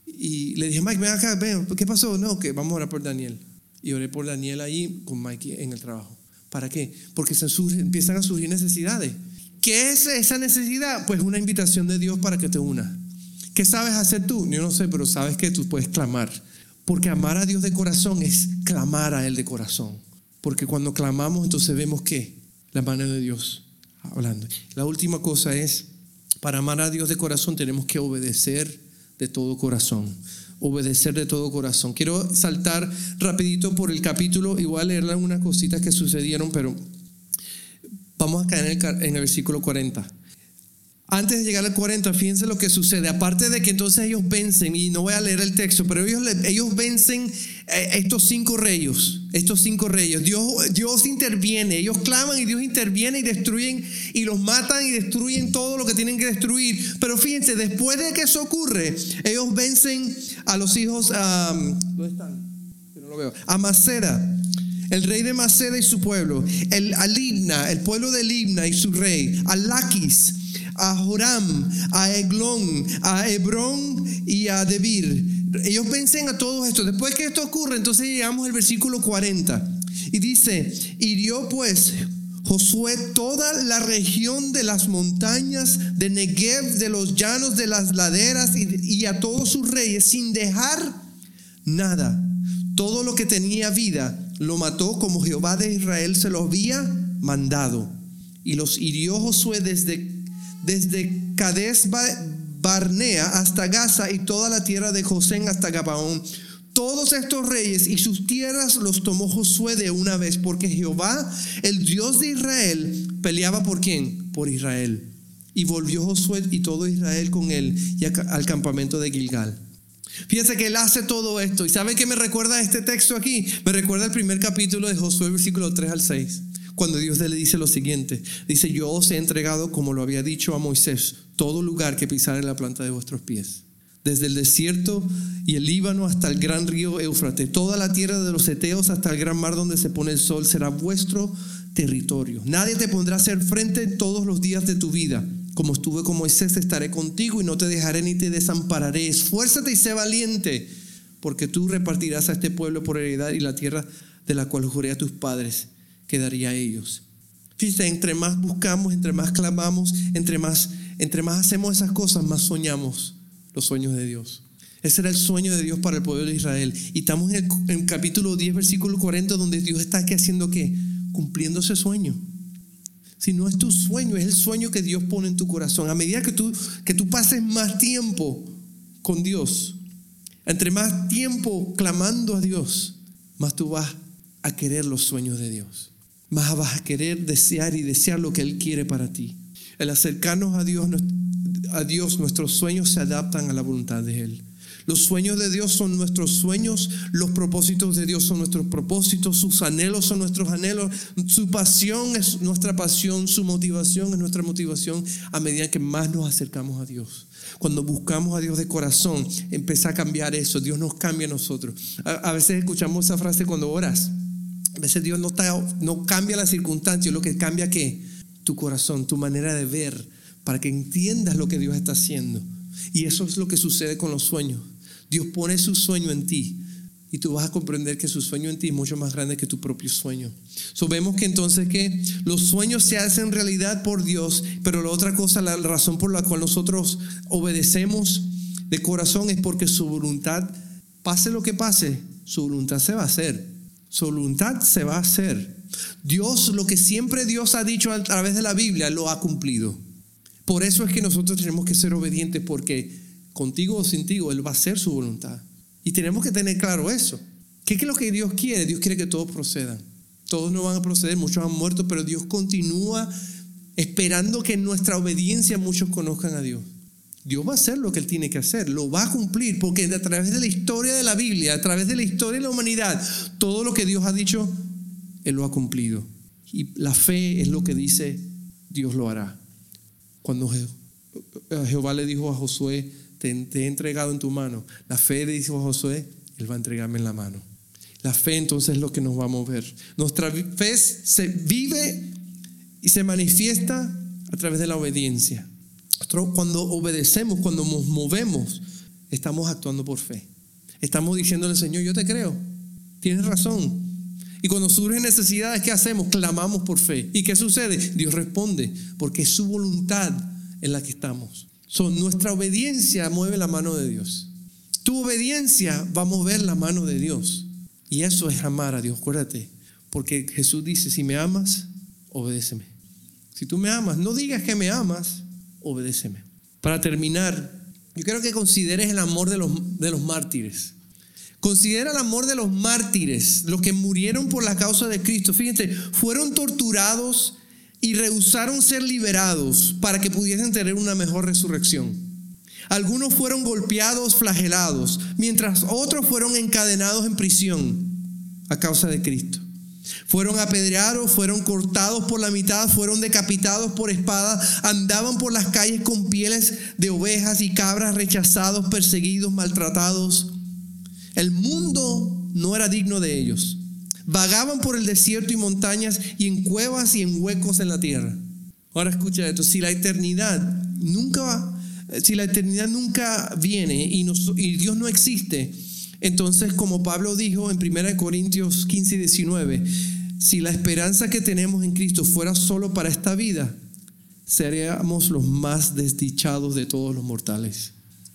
Y le dije: Mike, ven acá, ven, ¿qué pasó? No, que vamos a orar por Daniel. Y oré por Daniel ahí con Mike en el trabajo. ¿Para qué? Porque se surge, empiezan a surgir necesidades. ¿Qué es esa necesidad? Pues una invitación de Dios para que te unas. ¿Qué sabes hacer tú? Yo no sé, pero sabes que tú puedes clamar. Porque amar a Dios de corazón es clamar a Él de corazón. Porque cuando clamamos, entonces vemos que la mano de Dios hablando. La última cosa es, para amar a Dios de corazón tenemos que obedecer de todo corazón. Obedecer de todo corazón. Quiero saltar rapidito por el capítulo y voy a leer algunas cositas que sucedieron, pero vamos a caer en el, en el versículo cuarenta. Antes de llegar al cuarenta, fíjense lo que sucede. Aparte de que entonces ellos vencen, y no voy a leer el texto, pero ellos, ellos vencen estos cinco reyes. Estos cinco reyes. Dios, Dios interviene. Ellos claman y Dios interviene y destruyen y los matan y destruyen todo lo que tienen que destruir. Pero fíjense, después de que eso ocurre, ellos vencen a los hijos. Um, ¿Dónde están? Yo no lo veo. A Maceda, el rey de Maceda y su pueblo. El, a Libna, el pueblo de Libna y su rey. A Laquis, a Joram, a Eglón, a Hebrón y a Debir. Ellos vencen a todos estos. Después que esto ocurre, entonces llegamos al versículo cuarenta. Y dice: hirió pues Josué toda la región de las montañas de Negev, de los llanos de las laderas, y, y a todos sus reyes, sin dejar nada. Todo lo que tenía vida lo mató, como Jehová de Israel se lo había mandado. Y los hirió Josué desde, desde Cades Barnea hasta Gaza y toda la tierra de Gosén hasta Gabaón. Todos estos reyes y sus tierras los tomó Josué de una vez, porque Jehová, el Dios de Israel, peleaba por ¿quién? Por Israel. Y volvió Josué y todo Israel con él y al campamento de Gilgal. Fíjense que él hace todo esto. ¿Y saben qué me recuerda este texto aquí? Me recuerda el primer capítulo de Josué, versículo tres al seis. Cuando Dios le dice lo siguiente. Dice, yo os he entregado, como lo había dicho a Moisés, todo lugar que pisare la planta de vuestros pies. Desde el desierto y el Líbano hasta el gran río Éufrates. Toda la tierra de los heteos hasta el gran mar donde se pone el sol será vuestro territorio. Nadie te pondrá a hacer frente en todos los días de tu vida. Como estuve con Moisés, estaré contigo y no te dejaré ni te desampararé. Esfuérzate y sé valiente, porque tú repartirás a este pueblo por heredad y la tierra de la cual juré a tus padres que daría a ellos. Fíjate, entre más buscamos, entre más clamamos, entre más, entre más hacemos esas cosas, más soñamos los sueños de Dios. Ese era el sueño de Dios para el pueblo de Israel. Y estamos en el, en el capítulo diez, versículo cuarenta, donde Dios está aquí haciendo ¿qué? Cumpliendo ese sueño. Si no es tu sueño, es el sueño que Dios pone en tu corazón. A medida que tú, que tú pases más tiempo con Dios, entre más tiempo clamando a Dios, más tú vas a querer los sueños de Dios. Más vas a querer desear y desear lo que Él quiere para ti. El acercarnos a Dios, a Dios, nuestros sueños se adaptan a la voluntad de Él. Los sueños de Dios son nuestros sueños, los propósitos de Dios son nuestros propósitos, sus anhelos son nuestros anhelos, su pasión es nuestra pasión, su motivación es nuestra motivación a medida que más nos acercamos a Dios. Cuando buscamos a Dios de corazón, empieza a cambiar eso, Dios nos cambia a nosotros. A, a veces escuchamos esa frase cuando oras, a veces Dios no, está, no cambia las circunstancias, lo que cambia ¿qué? Tu corazón, tu manera de ver, para que entiendas lo que Dios está haciendo. Y eso es lo que sucede con los sueños. Dios pone su sueño en ti y tú vas a comprender que su sueño en ti es mucho más grande que tu propio sueño. So, vemos que entonces que los sueños se hacen realidad por Dios, pero la otra cosa, la razón por la cual nosotros obedecemos de corazón es porque su voluntad, pase lo que pase, su voluntad se va a hacer. Su voluntad se va a hacer. Dios, lo que siempre Dios ha dicho a través de la Biblia, lo ha cumplido. Por eso es que nosotros tenemos que ser obedientes, porque contigo o sin ti, Él va a hacer su voluntad. Y tenemos que tener claro eso. ¿Qué es lo que Dios quiere? Dios quiere que todos procedan. Todos no van a proceder, muchos han muerto, pero Dios continúa esperando que en nuestra obediencia muchos conozcan a Dios. Dios va a hacer lo que Él tiene que hacer, lo va a cumplir, porque a través de la historia de la Biblia, a través de la historia de la humanidad, todo lo que Dios ha dicho, Él lo ha cumplido. Y la fe es lo que dice, Dios lo hará. Cuando Jehová le dijo a Josué, te, te he entregado en tu mano, la fe le dijo a Josué, Él va a entregarme en la mano. La fe entonces es lo que nos va a mover. Nuestra fe se vive y se manifiesta a través de la obediencia. Nosotros cuando obedecemos, cuando nos movemos, estamos actuando por fe. Estamos diciéndole, Señor, yo te creo, tienes razón. Y cuando surgen necesidades, ¿qué hacemos? Clamamos por fe. ¿Y qué sucede? Dios responde, porque es su voluntad en la que estamos. So, nuestra obediencia mueve la mano de Dios. Tu obediencia va a mover la mano de Dios. Y eso es amar a Dios, acuérdate. Porque Jesús dice, si me amas, obedéceme. Si tú me amas, no digas que me amas, obedéceme. Para terminar, yo quiero que consideres el amor de los, de los mártires. Considera el amor de los mártires, los que murieron por la causa de Cristo. Fíjense, fueron torturados y rehusaron ser liberados para que pudiesen tener una mejor resurrección. Algunos fueron golpeados, flagelados, mientras otros fueron encadenados en prisión a causa de Cristo. Fueron apedreados, fueron cortados por la mitad, fueron decapitados por espada, andaban por las calles con pieles de ovejas y cabras, rechazados, perseguidos, maltratados. El mundo no era digno de ellos. Vagaban por el desierto y montañas y en cuevas y en huecos en la tierra. Ahora escucha esto, si la eternidad nunca, si la eternidad nunca viene y, nos, y Dios no existe, entonces como Pablo dijo en primera Corintios quince y diecinueve, si la esperanza que tenemos en Cristo fuera solo para esta vida, seríamos los más desdichados de todos los mortales.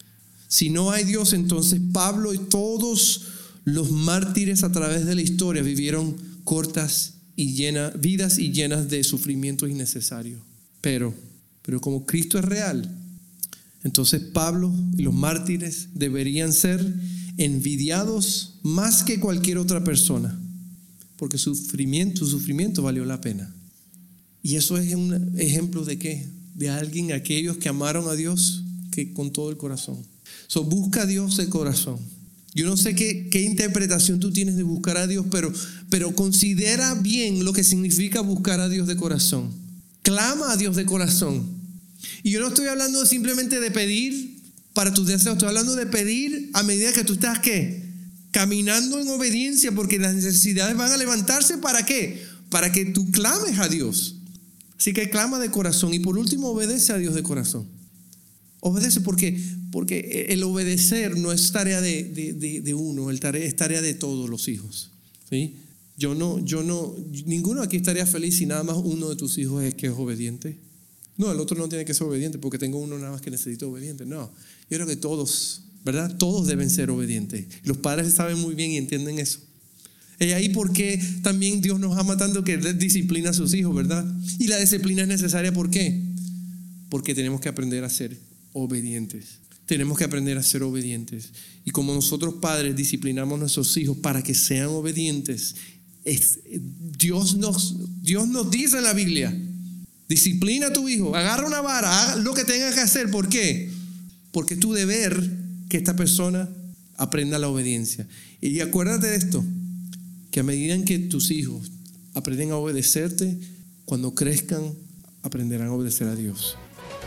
Si no hay Dios, entonces Pablo y todos los mártires a través de la historia vivieron cortas y llenas, vidas y llenas de sufrimientos innecesarios. Pero, pero como Cristo es real, entonces Pablo y los mártires deberían ser envidiados más que cualquier otra persona, porque su sufrimiento, su sufrimiento valió la pena. Y eso es un ejemplo de qué? de alguien, aquellos que amaron a Dios que con todo el corazón. So, busca a Dios de corazón. Yo no sé qué, qué interpretación tú tienes de buscar a Dios, pero, pero considera bien lo que significa buscar a Dios de corazón. Clama a Dios de corazón. Y yo no estoy hablando simplemente de pedir para tus deseos, estoy hablando de pedir a medida que tú estás, ¿qué? Caminando en obediencia, porque las necesidades van a levantarse. ¿Para qué? Para que tú clames a Dios. Así que clama de corazón. Y por último, obedece a Dios de corazón. Obedece porque, porque el obedecer no es tarea de, de, de, de uno, el tarea, es tarea de todos los hijos. ¿Sí? Yo no, yo no, ninguno aquí estaría feliz si nada más uno de tus hijos es que es obediente. No, el otro no tiene que ser obediente porque tengo uno nada más que necesita obediente. No, yo creo que todos, ¿verdad? Todos deben ser obedientes. Los padres saben muy bien y entienden eso. Y ahí porque también Dios nos ama tanto que disciplina a sus hijos, ¿verdad? Y la disciplina es necesaria, ¿por qué? Porque tenemos que aprender a ser obedientes. Tenemos que aprender a ser obedientes. Y como nosotros padres disciplinamos a nuestros hijos para que sean obedientes, es, Dios, nos, Dios nos dice en la Biblia, disciplina a tu hijo, agarra una vara, haga lo que tenga que hacer. ¿Por qué? Porque es tu deber que esta persona aprenda la obediencia. Y acuérdate de esto, que a medida en que tus hijos aprenden a obedecerte, cuando crezcan, aprenderán a obedecer a Dios.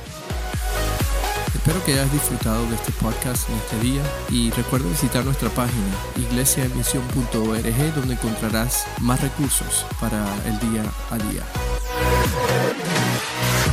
Espero que hayas disfrutado de este podcast en este día y recuerda visitar nuestra página iglesia en misión punto org, donde encontrarás más recursos para el día a día.